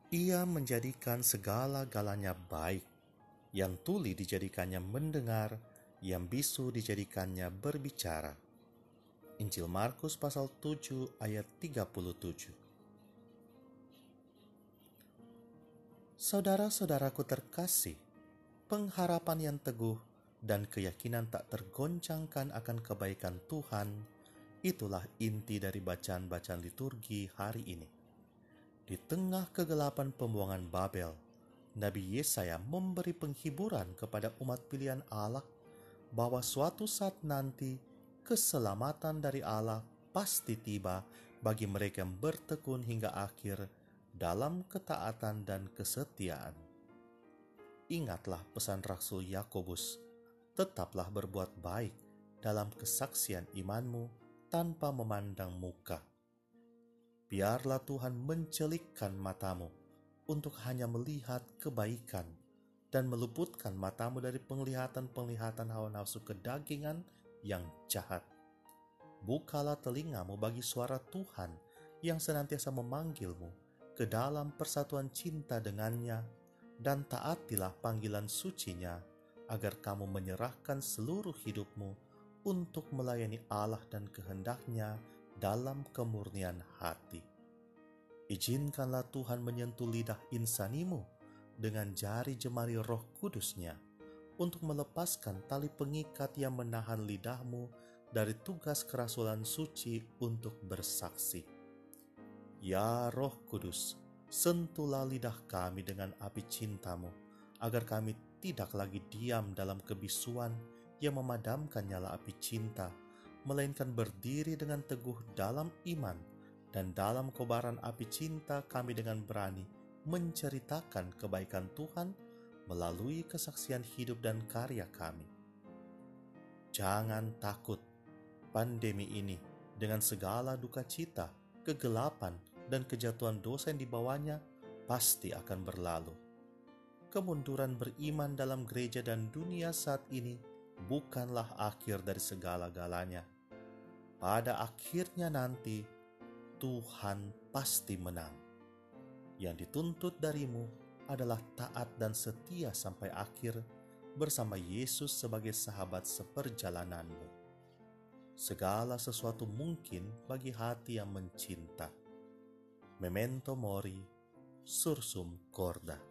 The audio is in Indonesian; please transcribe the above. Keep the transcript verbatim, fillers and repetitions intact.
Ia menjadikan segala-galanya baik, yang tuli dijadikannya mendengar, yang bisu dijadikannya berbicara. Injil Markus pasal tujuh ayat tiga puluh tujuh. Saudara-saudaraku terkasih, pengharapan yang teguh dan keyakinan tak tergoncangkan akan kebaikan Tuhan, itulah inti dari bacaan-bacaan liturgi hari ini. Di tengah kegelapan pembuangan Babel, Nabi Yesaya memberi penghiburan kepada umat pilihan Allah bahwa suatu saat nanti keselamatan dari Allah pasti tiba bagi mereka yang bertekun hingga akhir dalam ketaatan dan kesetiaan. Ingatlah pesan Rasul Yakobus, tetaplah berbuat baik dalam kesaksian imanmu tanpa memandang muka. Biarlah Tuhan mencelikkan matamu untuk hanya melihat kebaikan dan meluputkan matamu dari penglihatan-penglihatan hawa nafsu kedagingan yang jahat. Bukalah telingamu bagi suara Tuhan yang senantiasa memanggilmu ke dalam persatuan cinta dengannya, dan taatilah panggilan sucinya agar kamu menyerahkan seluruh hidupmu untuk melayani Allah dan kehendaknya dalam kemurnian hati. Izinkanlah Tuhan menyentuh lidah insanimu dengan jari jemari Roh Kudus-Nya untuk melepaskan tali pengikat yang menahan lidahmu dari tugas kerasulan suci untuk bersaksi. Ya Roh Kudus, sentuhlah lidah kami dengan api cintamu, agar kami tidak lagi diam dalam kebisuan yang memadamkan nyala api cinta, melainkan berdiri dengan teguh dalam iman, dan dalam kobaran api cinta kami dengan berani menceritakan kebaikan Tuhan melalui kesaksian hidup dan karya kami. Jangan takut, pandemi ini dengan segala duka cita, kegelapan, dan kejatuhan dosa yang dibawanya pasti akan berlalu. Kemunduran beriman dalam gereja dan dunia saat ini bukanlah akhir dari segala-galanya. Pada akhirnya nanti, Tuhan pasti menang. Yang dituntut darimu adalah taat dan setia sampai akhir bersama Yesus sebagai sahabat seperjalananmu. Segala sesuatu mungkin bagi hati yang mencinta. Memento mori, sursum corda.